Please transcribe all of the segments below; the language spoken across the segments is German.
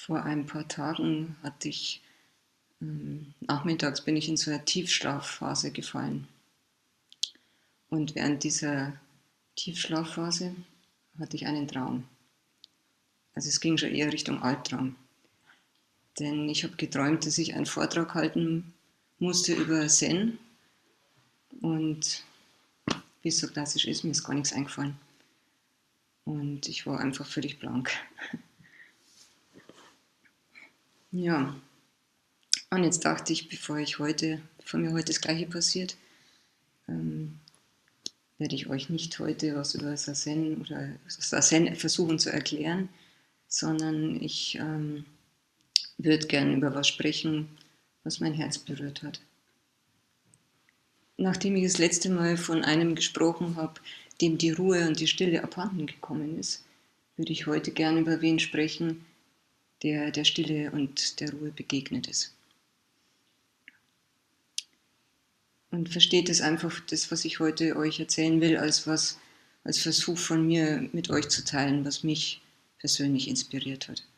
Vor ein paar Tagen hatte ich, nachmittags bin ich in so eine Tiefschlafphase gefallen. Und während dieser Tiefschlafphase hatte ich einen Traum. Also es ging schon eher Richtung Albtraum. Denn ich habe geträumt, dass ich einen Vortrag halten musste über Zen. Und wie es so klassisch ist, mir ist gar nichts eingefallen. Und ich war einfach völlig blank. Ja, und jetzt dachte ich, bevor mir heute das Gleiche passiert, werde ich euch nicht heute was über Sazen oder Sazen versuchen zu erklären, sondern ich würde gerne über was sprechen, was mein Herz berührt hat. Nachdem ich das letzte Mal von einem gesprochen habe, dem die Ruhe und die Stille abhanden gekommen ist, würde ich heute gerne über wen sprechen, der der Stille und der Ruhe begegnet ist. Und versteht es einfach, das, was ich heute euch erzählen will, als Versuch von mir mit euch zu teilen, was mich persönlich inspiriert hat.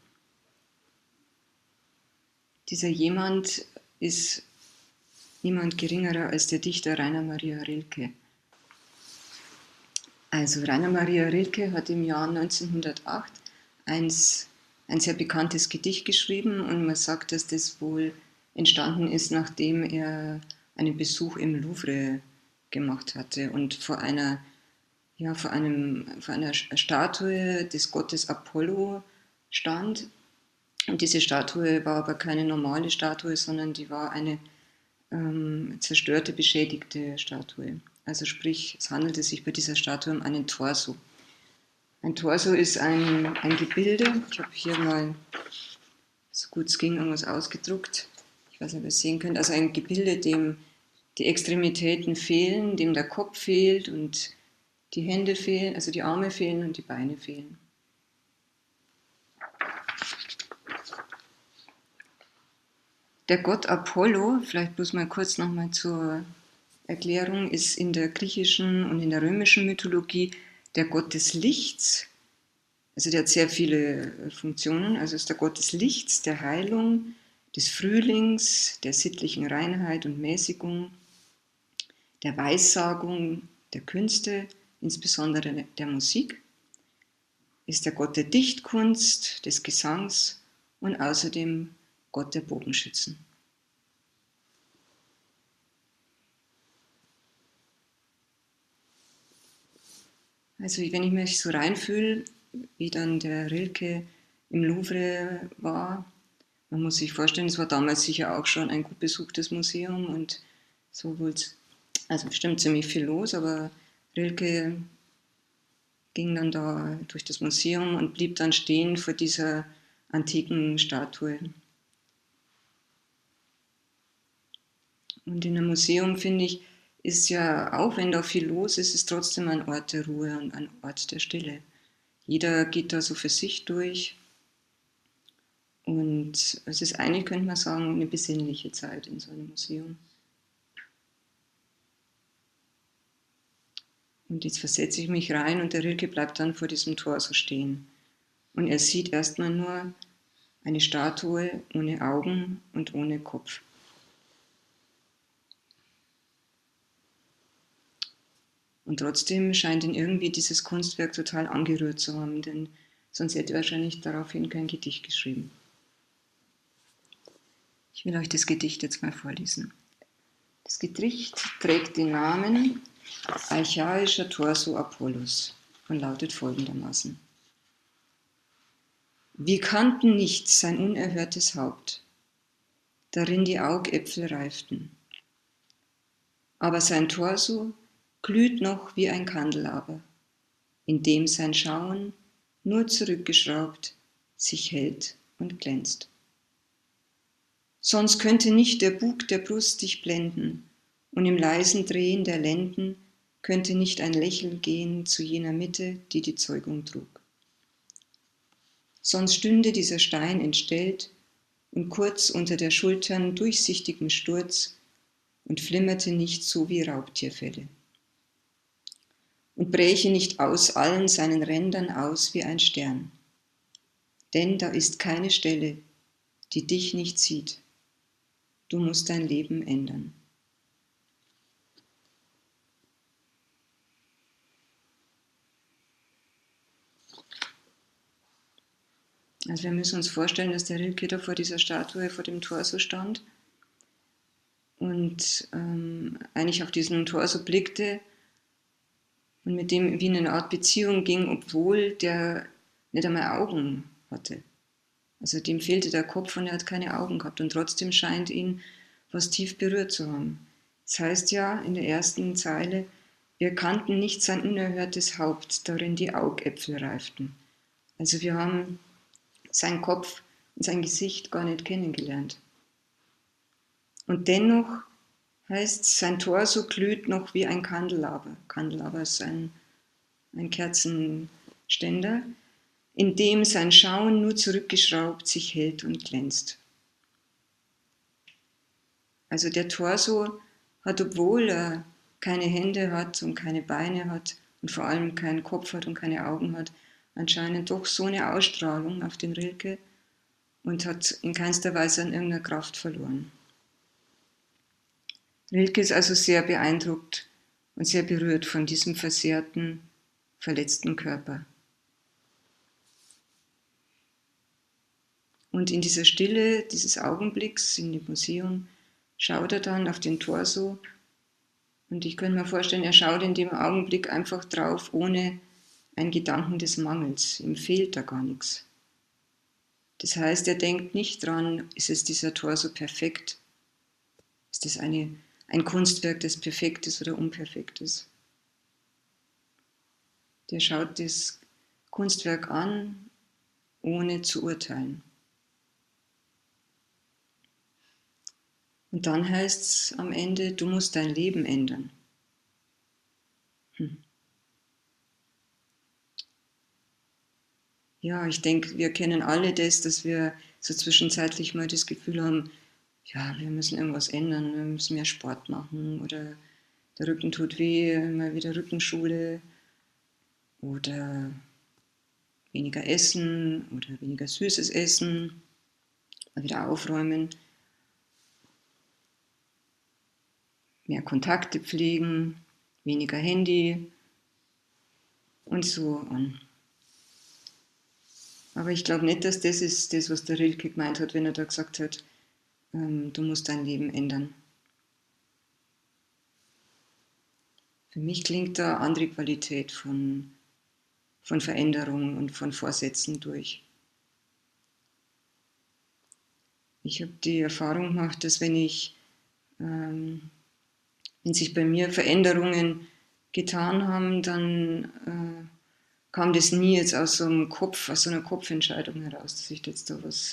Dieser jemand ist niemand geringerer als der Dichter Rainer Maria Rilke. Also Rainer Maria Rilke hat im Jahr 1908 ein sehr bekanntes Gedicht geschrieben und man sagt, dass das wohl entstanden ist, nachdem er einen Besuch im Louvre gemacht hatte und vor einer Statue des Gottes Apollo stand. Und diese Statue war aber keine normale Statue, sondern die war eine zerstörte, beschädigte Statue. Also sprich, es handelte sich bei dieser Statue um einen Torso. Ein Torso ist ein Gebilde. Ich habe hier mal, so gut es ging, irgendwas ausgedruckt. Ich weiß nicht, ob ihr es sehen könnt. Also ein Gebilde, dem die Extremitäten fehlen, dem der Kopf fehlt und die Hände fehlen, also die Arme fehlen und die Beine fehlen. Der Gott Apollo, vielleicht bloß mal kurz nochmal zur Erklärung, ist in der griechischen und in der römischen Mythologie der Gott des Lichts. Also der hat sehr viele Funktionen. Also ist der Gott des Lichts, der Heilung, des Frühlings, der sittlichen Reinheit und Mäßigung, der Weissagung, der Künste, insbesondere der Musik. Ist der Gott der Dichtkunst, des Gesangs und außerdem Gott der Bogenschützen. Also wenn ich mich so reinfühle, wie dann der Rilke im Louvre war, man muss sich vorstellen, es war damals sicher auch schon ein gut besuchtes Museum und so wohl, also bestimmt ziemlich viel los, aber Rilke ging dann da durch das Museum und blieb dann stehen vor dieser antiken Statue. Und in einem Museum, finde ich, ist ja, auch wenn da viel los ist, ist trotzdem ein Ort der Ruhe und ein Ort der Stille. Jeder geht da so für sich durch. Und es ist eigentlich, könnte man sagen, eine besinnliche Zeit in so einem Museum. Und jetzt versetze ich mich rein und der Rilke bleibt dann vor diesem Tor so stehen. Und er sieht erstmal nur eine Statue ohne Augen und ohne Kopf. Und trotzdem scheint ihn irgendwie dieses Kunstwerk total angerührt zu haben, denn sonst hätte er wahrscheinlich daraufhin kein Gedicht geschrieben. Ich will euch das Gedicht jetzt mal vorlesen. Das Gedicht trägt den Namen Archaischer Torso Apollos und lautet folgendermaßen. Wir kannten nicht sein unerhörtes Haupt, darin die Augäpfel reiften. Aber sein Torso glüht noch wie ein Kandelaber, in dem sein Schauen, nur zurückgeschraubt, sich hält und glänzt. Sonst könnte nicht der Bug der Brust dich blenden, und im leisen Drehen der Lenden könnte nicht ein Lächeln gehen zu jener Mitte, die die Zeugung trug. Sonst stünde dieser Stein entstellt und kurz unter der Schultern durchsichtigem Sturz und flimmerte nicht so wie Raubtierfelle. Und bräche nicht aus allen seinen Rändern aus wie ein Stern. Denn da ist keine Stelle, die dich nicht sieht. Du musst dein Leben ändern. Also wir müssen uns vorstellen, dass der Rilke da vor dieser Statue, vor dem Tor so stand und eigentlich auf diesen Torso blickte und mit dem wie in eine Art Beziehung ging, obwohl der nicht einmal Augen hatte. Also dem fehlte der Kopf und er hat keine Augen gehabt und trotzdem scheint ihn was tief berührt zu haben. Das heißt ja in der ersten Zeile, wir kannten nicht sein unerhörtes Haupt, darin die Augäpfel reiften. Also wir haben seinen Kopf und sein Gesicht gar nicht kennengelernt. Und dennoch heißt, sein Torso glüht noch wie ein Kandelaber. Kandelaber ist ein Kerzenständer, in dem sein Schauen nur zurückgeschraubt sich hält und glänzt. Also der Torso hat, obwohl er keine Hände hat und keine Beine hat und vor allem keinen Kopf hat und keine Augen hat, anscheinend doch so eine Ausstrahlung auf den Rilke und hat in keinster Weise an irgendeiner Kraft verloren. Rilke ist also sehr beeindruckt und sehr berührt von diesem versehrten, verletzten Körper. Und in dieser Stille dieses Augenblicks in dem Museum schaut er dann auf den Torso und ich könnte mir vorstellen, er schaut in dem Augenblick einfach drauf, ohne einen Gedanken des Mangels. Ihm fehlt da gar nichts. Das heißt, er denkt nicht dran, ist es dieser Torso perfekt? Ist es ein Kunstwerk, das perfekt ist oder unperfekt ist? Der schaut das Kunstwerk an, ohne zu urteilen. Und dann heißt es am Ende, du musst dein Leben ändern. Ja, ich denke, wir kennen alle das, dass wir so zwischenzeitlich mal das Gefühl haben, ja, wir müssen irgendwas ändern, wir müssen mehr Sport machen oder der Rücken tut weh, mal wieder Rückenschule oder weniger essen oder weniger süßes Essen, mal wieder aufräumen, mehr Kontakte pflegen, weniger Handy und so an. Aber ich glaube nicht, dass das ist das, was der Rilke gemeint hat, wenn er da gesagt hat, du musst dein Leben ändern. Für mich klingt da andere Qualität von Veränderung und von Vorsätzen durch. Ich habe die Erfahrung gemacht, dass wenn sich bei mir Veränderungen getan haben, dann kam das nie jetzt aus so einem Kopf, aus so einer Kopfentscheidung heraus, dass ich jetzt da was,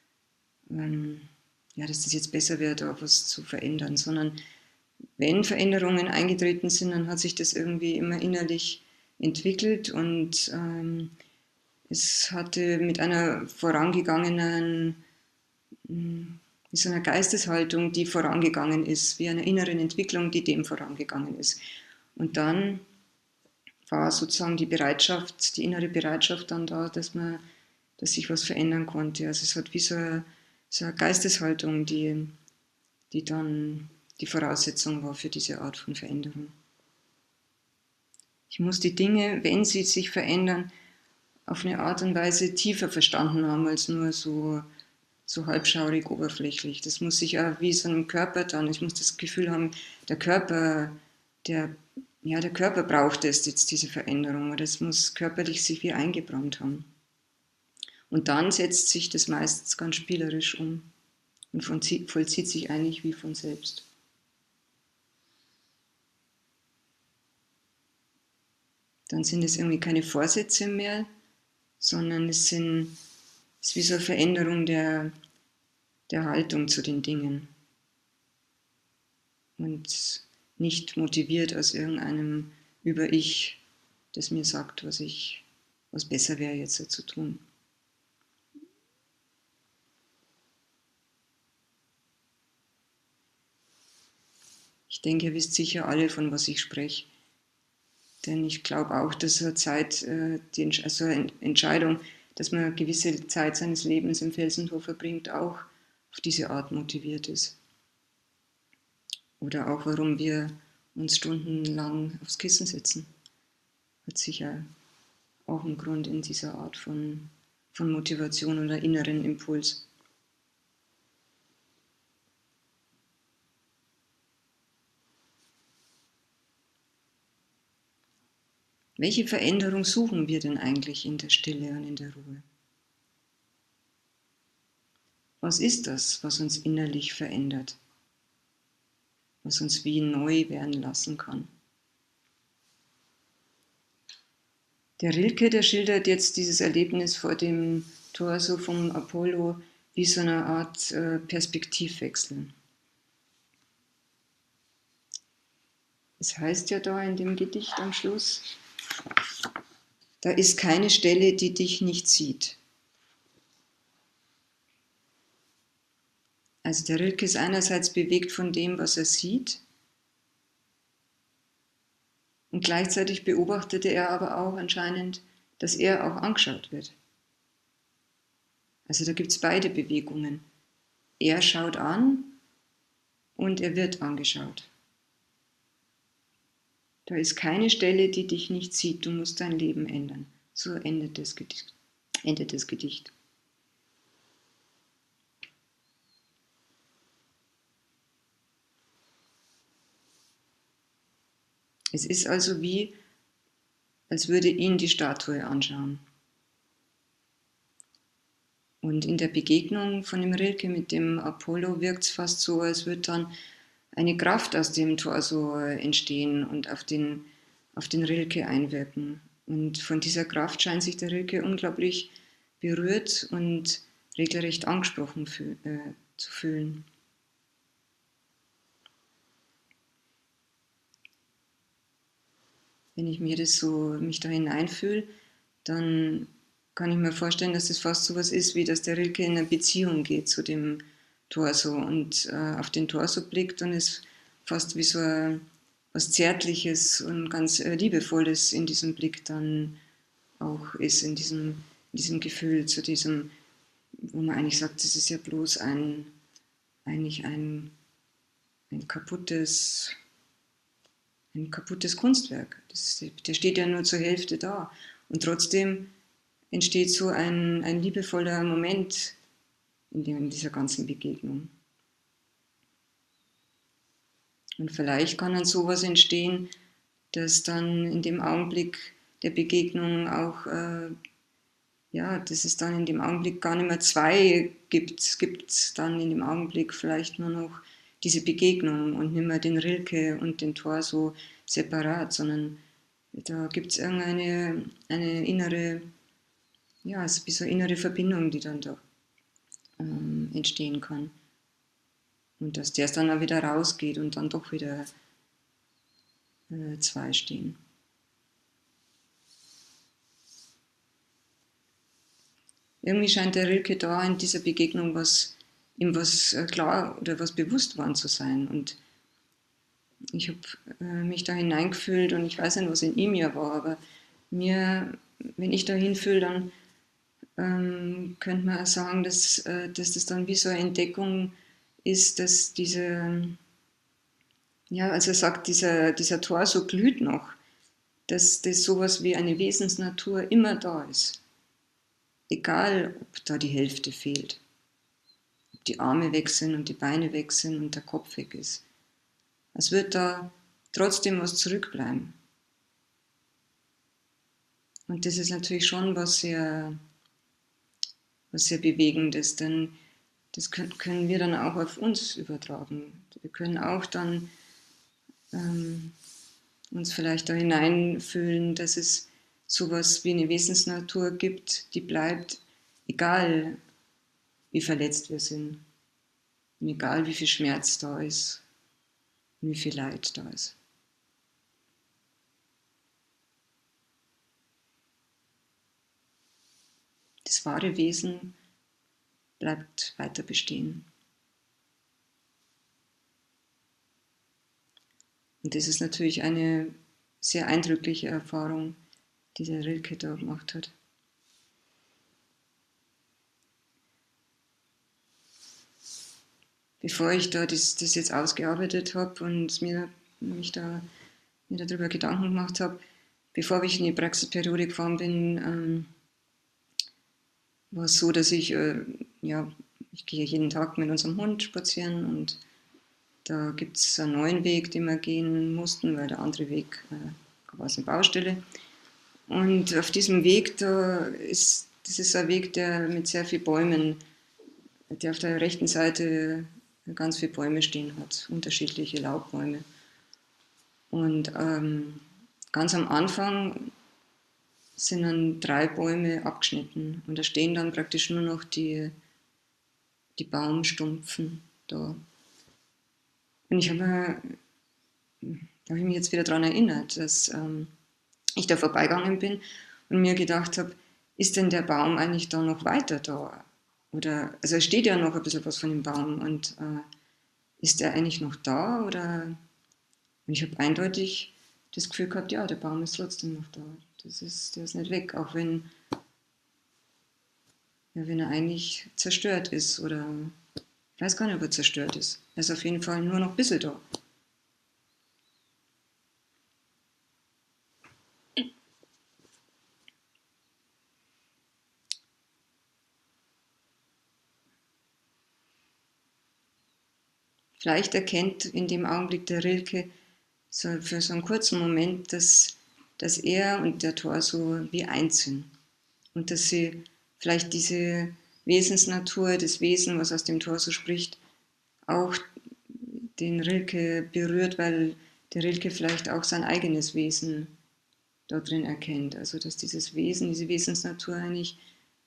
ja, dass das jetzt besser wäre, da was zu verändern, sondern wenn Veränderungen eingetreten sind, dann hat sich das irgendwie immer innerlich entwickelt und es hatte mit einer vorangegangenen, mit so einer Geisteshaltung, die vorangegangen ist, wie einer inneren Entwicklung, die dem vorangegangen ist. Und dann war sozusagen die Bereitschaft, die innere Bereitschaft dann da, dass sich was verändern konnte. Also es hat wie so eine Geisteshaltung, die dann die Voraussetzung war für diese Art von Veränderung. Ich muss die Dinge, wenn sie sich verändern, auf eine Art und Weise tiefer verstanden haben als nur so halbschaurig, oberflächlich. Das muss sich auch wie so einem Körper dann, ich muss das Gefühl haben, der Körper braucht es jetzt, diese Veränderung, oder es muss körperlich sich wie eingebrannt haben. Und dann setzt sich das meistens ganz spielerisch um und vollzieht sich eigentlich wie von selbst. Dann sind es irgendwie keine Vorsätze mehr, sondern es ist wie so eine Veränderung der Haltung zu den Dingen. Und nicht motiviert aus irgendeinem Über-Ich, das mir sagt, was besser wäre jetzt so zu tun. Ich denke, ihr wisst sicher alle, von was ich spreche. Denn ich glaube auch, dass so eine Zeit, also eine Entscheidung, dass man eine gewisse Zeit seines Lebens im Felsentor verbringt, auch auf diese Art motiviert ist. Oder auch, warum wir uns stundenlang aufs Kissen setzen. Hat sicher auch einen Grund in dieser Art von Motivation oder inneren Impuls. Welche Veränderung suchen wir denn eigentlich in der Stille und in der Ruhe? Was ist das, was uns innerlich verändert? Was uns wie neu werden lassen kann? Der Rilke, der schildert jetzt dieses Erlebnis vor dem Torso vom Apollo wie so eine Art Perspektivwechsel. Es heißt ja da in dem Gedicht am Schluss, da ist keine Stelle, die dich nicht sieht. Also der Rilke ist einerseits bewegt von dem, was er sieht, und gleichzeitig beobachtete er aber auch anscheinend, dass er auch angeschaut wird. Also da gibt es beide Bewegungen. Er schaut an und er wird angeschaut. Da ist keine Stelle, die dich nicht sieht. Du musst dein Leben ändern. So endet das Gedicht. Es ist also wie, als würde ihn die Statue anschauen. Und in der Begegnung von dem Rilke mit dem Apollo wirkt es fast so, als würde dann eine Kraft aus dem Torso entstehen und auf den Rilke einwirken. Und von dieser Kraft scheint sich der Rilke unglaublich berührt und regelrecht angesprochen zu fühlen. Wenn ich mich da hineinfühle, dann kann ich mir vorstellen, dass das fast so was ist, wie dass der Rilke in eine Beziehung geht zu dem Torso und auf den Torso blickt und es fast wie so was Zärtliches und ganz Liebevolles in diesem Blick dann auch ist, in diesem Gefühl, zu diesem, wo man eigentlich sagt, das ist ja bloß eigentlich ein kaputtes Kunstwerk. Der steht ja nur zur Hälfte da. Und trotzdem entsteht so ein liebevoller Moment in dieser ganzen Begegnung. Und vielleicht kann dann sowas entstehen, dass dann in dem Augenblick der Begegnung auch, dass es dann in dem Augenblick gar nicht mehr zwei gibt. Es gibt dann in dem Augenblick vielleicht nur noch diese Begegnung und nicht mehr den Rilke und den Torso separat, sondern da gibt es irgendeine innere, es ist wie so eine innere Verbindung, die dann da entstehen kann. Und dass der dann auch wieder rausgeht und dann doch wieder zwei stehen. Irgendwie scheint der Rilke da in dieser Begegnung ihm was klar oder was bewusst worden zu sein. Und ich habe mich da hineingefühlt und ich weiß nicht, was in ihm ja war, aber wenn ich da hinfühle, dann könnte man auch sagen, dass das dann wie so eine Entdeckung ist, dass also er sagt, dieser Torso glüht noch, dass das sowas wie eine Wesensnatur immer da ist. Egal, ob da die Hälfte fehlt, ob die Arme weg sind und die Beine weg sind und der Kopf weg ist. Es wird da trotzdem was zurückbleiben. Und das ist natürlich schon was sehr Bewegendes, denn das können wir dann auch auf uns übertragen. Wir können auch dann uns vielleicht da hineinfühlen, dass es sowas wie eine Wesensnatur gibt, die bleibt, egal wie verletzt wir sind und egal wie viel Schmerz da ist und wie viel Leid da ist. Das wahre Wesen bleibt weiter bestehen. Und das ist natürlich eine sehr eindrückliche Erfahrung, die der Rilke da gemacht hat. bevor ich da das jetzt ausgearbeitet habe und mir darüber Gedanken gemacht habe, bevor ich in die Praxisperiode gefahren bin, war es so, dass ja, ich gehe jeden Tag mit unserem Hund spazieren und da gibt es einen neuen Weg, den wir gehen mussten, weil der andere Weg war eine Baustelle. Und auf diesem Weg, das ist ein Weg, der mit sehr vielen Bäumen, der auf der rechten Seite ganz viele Bäume stehen hat, unterschiedliche Laubbäume. Und ganz am Anfang sind dann 3 Bäume abgeschnitten und da stehen dann praktisch nur noch die Baumstumpfen da. Und da habe ich mich jetzt wieder daran erinnert, dass ich da vorbeigegangen bin und mir gedacht habe, ist denn der Baum eigentlich da noch weiter da? Oder, also es steht ja noch ein bisschen was von dem Baum und ist der eigentlich noch da? Und ich habe eindeutig das Gefühl gehabt, ja, der Baum ist trotzdem noch da. Der ist nicht weg, auch wenn er eigentlich zerstört ist oder ich weiß gar nicht, ob er zerstört ist. Er ist auf jeden Fall nur noch ein bisschen da. Vielleicht erkennt in dem Augenblick der Rilke für so einen kurzen Moment, dass er und der Torso wie eins sind. Und dass sie vielleicht diese Wesensnatur, das Wesen, was aus dem Torso spricht, auch den Rilke berührt, weil der Rilke vielleicht auch sein eigenes Wesen da drin erkennt. Also dass dieses Wesen, diese Wesensnatur eigentlich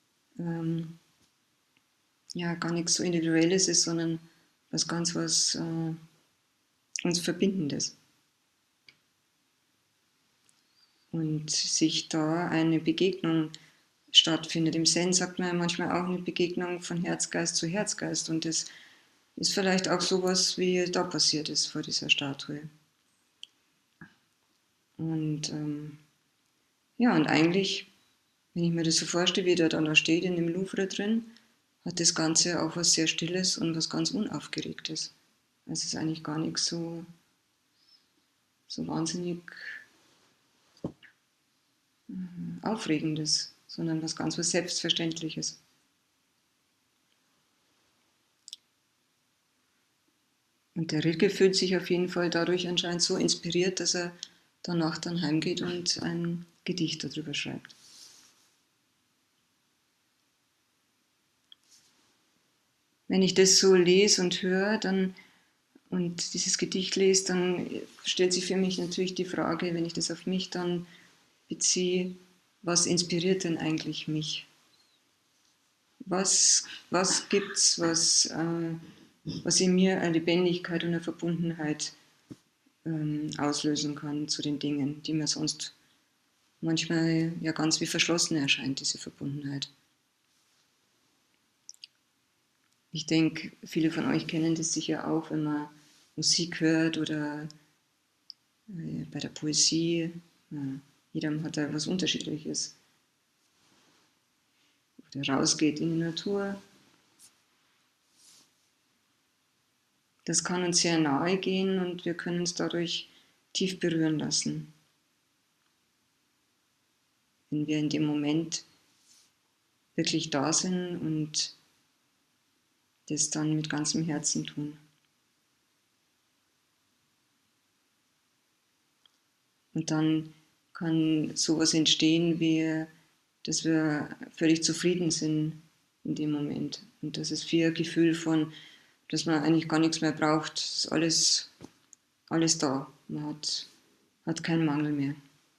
ja gar nichts so Individuelles ist, sondern was uns Verbindendes. Und sich da eine Begegnung stattfindet. Im Zen sagt man ja manchmal auch eine Begegnung von Herzgeist zu Herzgeist. Und das ist vielleicht auch sowas, wie da passiert ist vor dieser Statue. Und ja, und eigentlich, wenn ich mir das so vorstelle, wie der dann da steht in dem Louvre drin, hat das Ganze auch was sehr Stilles und was ganz Unaufgeregtes. Es ist eigentlich gar nichts so wahnsinnig Aufregendes, sondern was Selbstverständliches. Und der Rilke fühlt sich auf jeden Fall dadurch anscheinend so inspiriert, dass er danach dann heimgeht und ein Gedicht darüber schreibt. Wenn ich das so lese und höre und dieses Gedicht lese, dann stellt sich für mich natürlich die Frage, wenn ich das auf mich dann beziehe, was inspiriert denn eigentlich mich? Was gibt's, was in mir eine Lebendigkeit und eine Verbundenheit auslösen kann zu den Dingen, die mir sonst manchmal ja ganz wie verschlossen erscheint, diese Verbundenheit. Ich denke, viele von euch kennen das sicher auch, wenn man Musik hört oder bei der Poesie. Jeder hat da was Unterschiedliches. Oder rausgeht in die Natur. Das kann uns sehr nahe gehen und wir können uns dadurch tief berühren lassen. Wenn wir in dem Moment wirklich da sind und das dann mit ganzem Herzen tun. Und dann kann sowas entstehen, wie dass wir völlig zufrieden sind in dem Moment. Und das ist viel ein Gefühl von, dass man eigentlich gar nichts mehr braucht. Es ist alles da. Man hat keinen Mangel mehr.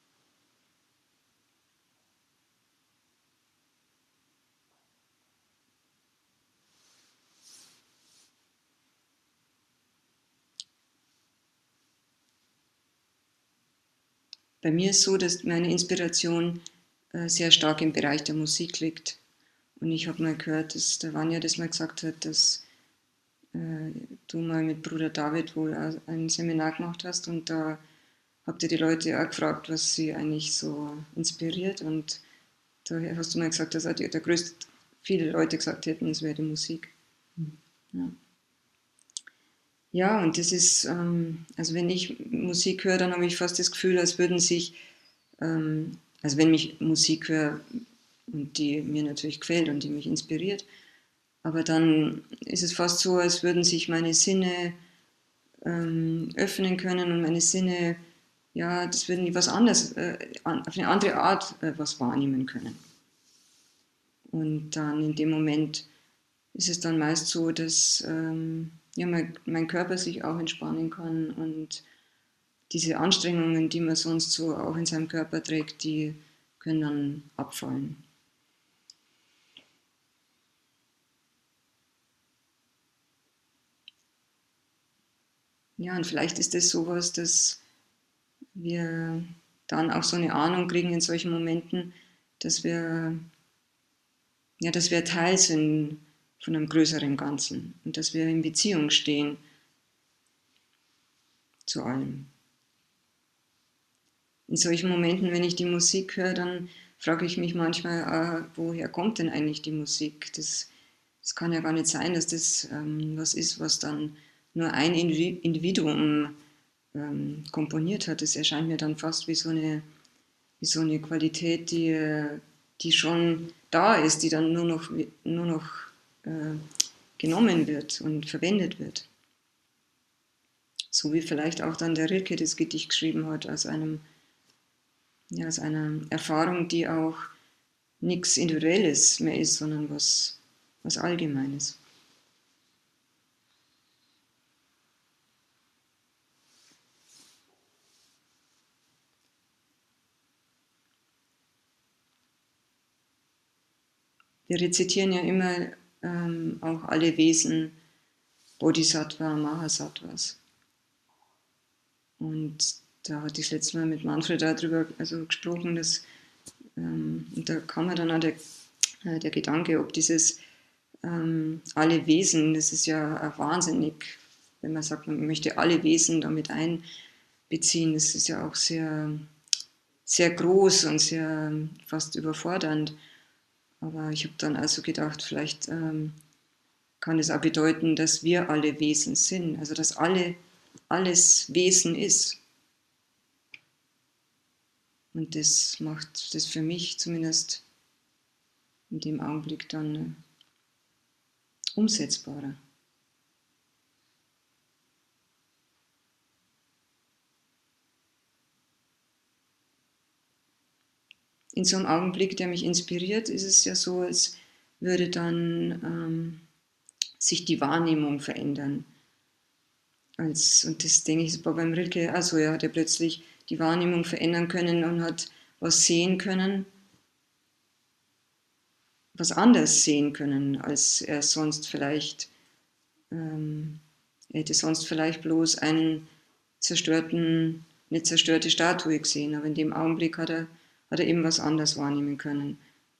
Bei mir ist so, dass meine Inspiration sehr stark im Bereich der Musik liegt. Und ich habe mal gehört, dass der Vanya das mal gesagt hat, dass du mal mit Bruder David wohl ein Seminar gemacht hast und da habt ihr die Leute auch gefragt, was sie eigentlich so inspiriert und da hast du mal gesagt, dass viele Leute gesagt hätten, es wäre die Musik. Ja. Ja, und das ist, also wenn ich Musik höre, dann habe ich fast das Gefühl, als würden sich, also wenn ich Musik höre und die mir natürlich gefällt und die mich inspiriert, aber dann ist es fast so, als würden sich meine Sinne öffnen können und meine Sinne, ja, das würden die was anderes, auf eine andere Art was wahrnehmen können. Und dann in dem Moment ist es dann meist so, dass ja, mein Körper sich auch entspannen kann und diese Anstrengungen, die man sonst so auch in seinem Körper trägt, die können dann abfallen. Ja, und vielleicht ist das sowas, dass wir dann auch so eine Ahnung kriegen in solchen Momenten, dass wir, ja, dass wir Teil sind von einem größeren Ganzen und dass wir in Beziehung stehen zu allem. In solchen Momenten, wenn ich die Musik höre, dann frage ich mich manchmal, woher kommt denn eigentlich die Musik? Das kann ja gar nicht sein, dass das was ist, was dann nur ein Individuum komponiert hat. Das erscheint mir dann fast wie so eine Qualität, die schon da ist, die dann nur noch äh, genommen wird und verwendet wird. So wie vielleicht auch dann der Rilke das Gedicht geschrieben hat, ja, aus einer Erfahrung, die auch nichts Individuelles mehr ist, sondern was Allgemeines. Wir rezitieren ja immer auch alle Wesen Bodhisattva, Mahasattvas. Und da hatte ich das letzte Mal mit Manfred darüber gesprochen, dass, und da kam mir dann auch der Gedanke, ob dieses alle Wesen, das ist ja wahnsinnig, wenn man sagt, man möchte alle Wesen damit einbeziehen, das ist ja auch sehr groß und sehr fast überfordernd. Aber ich habe dann also gedacht, vielleicht kann es auch bedeuten, dass wir alle Wesen sind, also dass alles Wesen ist. Und das macht das für mich zumindest in dem Augenblick dann umsetzbarer. In so einem Augenblick, der mich inspiriert, ist es ja so, als würde dann sich die Wahrnehmung verändern. Und das denke ich, war beim Rilke, also er hat ja plötzlich die Wahrnehmung verändern können und hat was sehen können, was anders sehen können, als er sonst vielleicht, er hätte sonst vielleicht bloß eine zerstörte Statue gesehen, aber in dem Augenblick hat er eben was anders wahrnehmen können.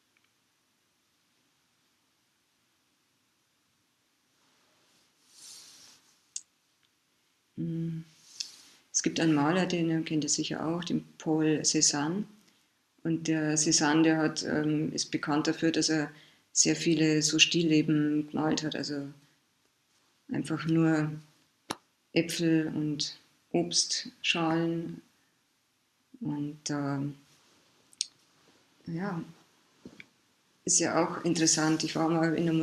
Es gibt einen Maler, den kennt ihr sicher auch, den Paul Cézanne. Und der Cézanne, ist bekannt dafür, dass er sehr viele so Stillleben gemalt hat. Also einfach nur Äpfel und Obstschalen. Und ja, ist ja auch interessant. Ich war mal in einem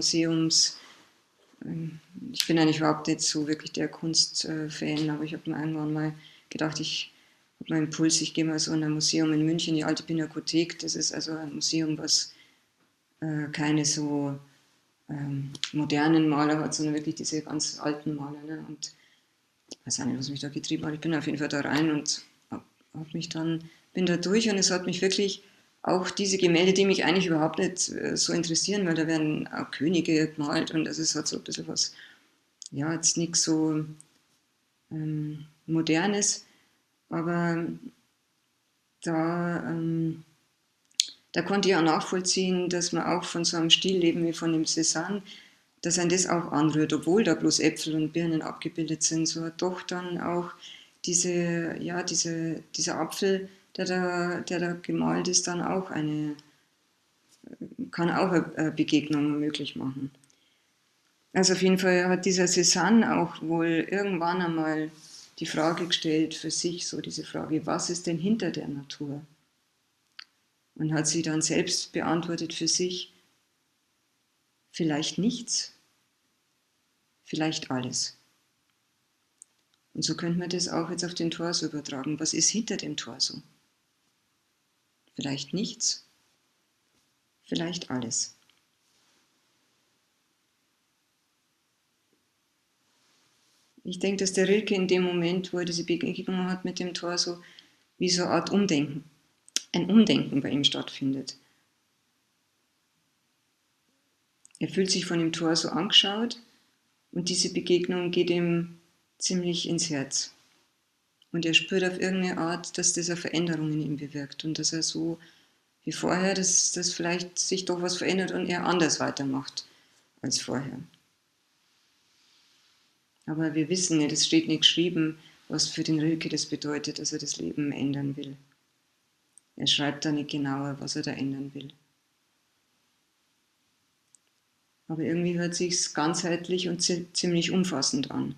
ich bin eigentlich überhaupt nicht so wirklich der Kunstfan, aber ich habe mir irgendwann mal gedacht, ich habe mal einen Impuls, ich gehe mal so in ein Museum in München, die Alte Pinakothek. Das ist also ein Museum, was keine so modernen Maler hat, sondern wirklich diese ganz alten Maler. Ne? Und ich weiß auch nicht, was mich da getrieben hat. Ich bin auf jeden Fall da rein und bin da durch und es hat mich wirklich auch diese Gemälde, die mich eigentlich überhaupt nicht so interessieren, weil da werden auch Könige gemalt und das ist halt so ein bisschen was, ja, jetzt nichts so Modernes, aber da, da konnte ich auch nachvollziehen, dass man auch von so einem Stillleben wie von dem Cézanne, dass ein das auch anrührt, obwohl da bloß Äpfel und Birnen abgebildet sind, so hat doch dann auch dieser Apfel, der da gemalt ist, dann auch kann auch eine Begegnung möglich machen. Also auf jeden Fall hat dieser Cézanne auch wohl irgendwann einmal die Frage gestellt für sich, so diese Frage, was ist denn hinter der Natur? Und hat sie dann selbst beantwortet für sich, vielleicht nichts, vielleicht alles. Und so könnte man das auch jetzt auf den Torso übertragen. Was ist hinter dem Torso? Vielleicht nichts, vielleicht alles. Ich denke, dass der Rilke in dem Moment, wo er diese Begegnung hat mit dem Torso, wie so eine Art Umdenken, ein Umdenken bei ihm stattfindet. Er fühlt sich von dem Torso angeschaut und diese Begegnung geht ihm ziemlich ins Herz. Und er spürt auf irgendeine Art, dass das eine Veränderung in ihm bewirkt und dass er so wie vorher, dass vielleicht sich doch was verändert und er anders weitermacht als vorher. Aber wir wissen nicht, es steht nicht geschrieben, was für den Rilke das bedeutet, dass er das Leben ändern will. Er schreibt da nicht genauer, was er da ändern will. Aber irgendwie hört sich's ganzheitlich und ziemlich umfassend an.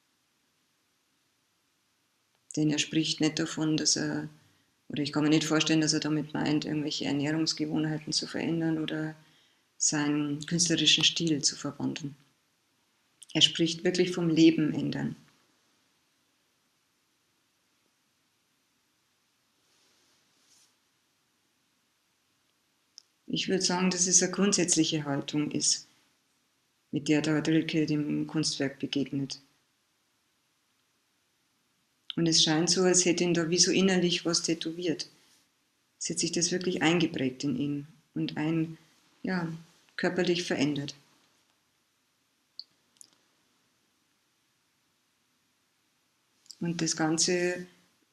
Denn er spricht nicht davon, dass er, oder ich kann mir nicht vorstellen, dass er damit meint, irgendwelche Ernährungsgewohnheiten zu verändern oder seinen künstlerischen Stil zu verwandeln. Er spricht wirklich vom Leben ändern. Ich würde sagen, dass es eine grundsätzliche Haltung ist, mit der der Rilke dem Kunstwerk begegnet. Und es scheint so, als hätte ihn da wie so innerlich was tätowiert. Es hat sich das wirklich eingeprägt in ihn und ja, körperlich verändert. Und das Ganze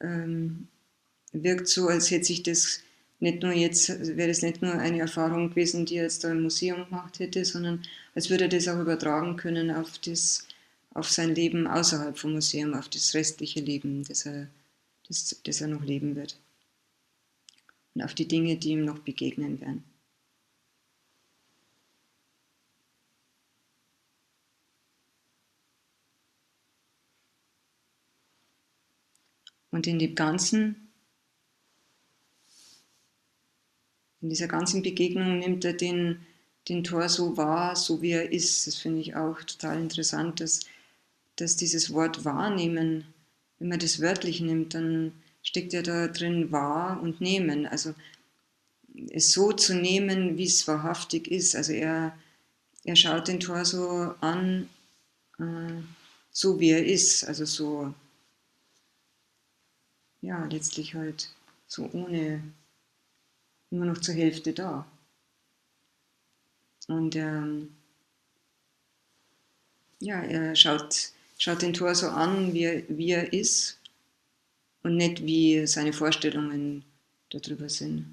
wirkt so, als hätte sich das nicht nur jetzt, wäre das nicht nur eine Erfahrung gewesen, die er jetzt da im Museum gemacht hätte, sondern als würde er das auch übertragen können auf sein Leben außerhalb vom Museum, auf das restliche Leben, das er noch leben wird. Und auf die Dinge, die ihm noch begegnen werden. Und in dieser ganzen Begegnung nimmt er den Torso wahr, so wie er ist. Das finde ich auch total interessant, dass dieses Wort wahrnehmen, wenn man das wörtlich nimmt, dann steckt ja da drin wahr und nehmen. Also es so zu nehmen, wie es wahrhaftig ist. Also er schaut den Torso an, so wie er ist. Also so, ja, letztlich halt so ohne, nur noch zur Hälfte da. Und ja, er schaut den Torso an, wie er ist und nicht wie seine Vorstellungen darüber sind.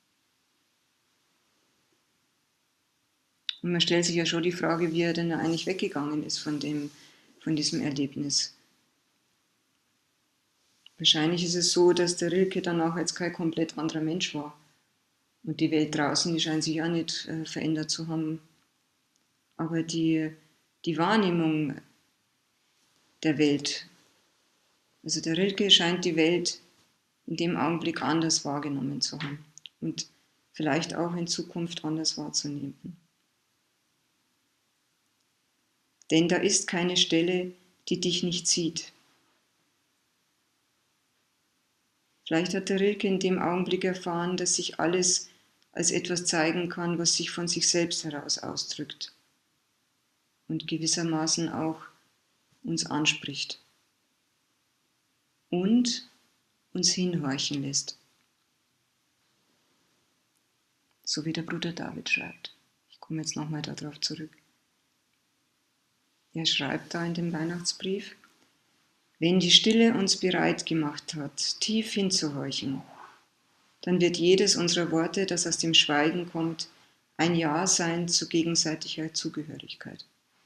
Und man stellt sich ja schon die Frage, wie er denn eigentlich weggegangen ist von diesem Erlebnis. Wahrscheinlich ist es so, dass der Rilke danach jetzt kein komplett anderer Mensch war. Und die Welt draußen, die scheint sich auch nicht verändert zu haben. Aber die Wahrnehmung der Welt, also der Rilke scheint die Welt in dem Augenblick anders wahrgenommen zu haben und vielleicht auch in Zukunft anders wahrzunehmen. Denn da ist keine Stelle, die dich nicht sieht. Vielleicht hat der Rilke in dem Augenblick erfahren, dass sich alles als etwas zeigen kann, was sich von sich selbst heraus ausdrückt und gewissermaßen auch uns anspricht und uns hinhorchen lässt. So wie der Bruder David schreibt. Ich komme jetzt nochmal darauf zurück. Er schreibt da in dem Weihnachtsbrief: Wenn die Stille uns bereit gemacht hat, tief hinzuhorchen, dann wird jedes unserer Worte, das aus dem Schweigen kommt, ein Ja sein zu gegenseitiger Zugehörigkeit.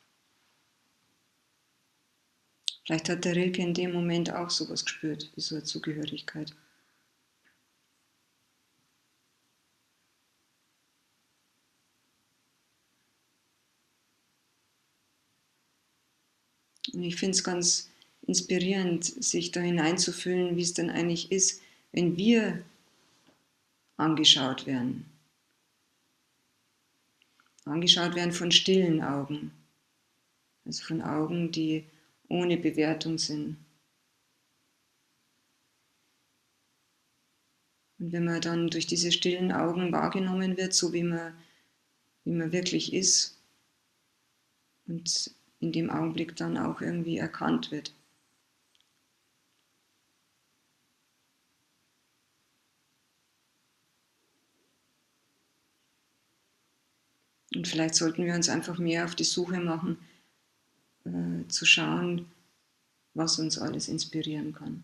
Vielleicht hat der Rilke in dem Moment auch sowas gespürt, wie so eine Zugehörigkeit. Und ich finde es ganz inspirierend, sich da hineinzufühlen, wie es denn eigentlich ist, wenn wir angeschaut werden. Angeschaut werden von stillen Augen, also von Augen, die ohne Bewertung sind. Und wenn man dann durch diese stillen Augen wahrgenommen wird, so wie man wirklich ist und in dem Augenblick dann auch irgendwie erkannt wird. Und vielleicht sollten wir uns einfach mehr auf die Suche machen, zu schauen, was uns alles inspirieren kann.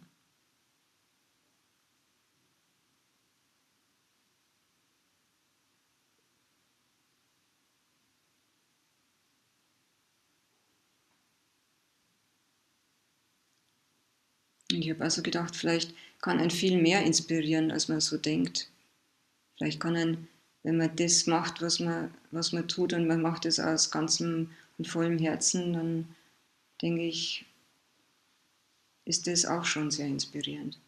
Und ich habe also gedacht, vielleicht kann ein viel mehr inspirieren, als man so denkt. Vielleicht kann ein, wenn man das macht, was man tut und man macht es aus ganzem und vollem Herzen, dann denke ich, ist das auch schon sehr inspirierend.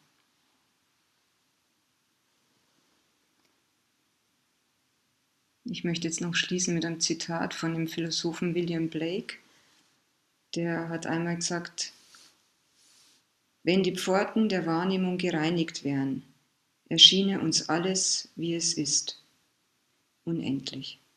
Ich möchte jetzt noch schließen mit einem Zitat von dem Philosophen William Blake. Der hat einmal gesagt, wenn die Pforten der Wahrnehmung gereinigt wären, erschiene uns alles, wie es ist, unendlich.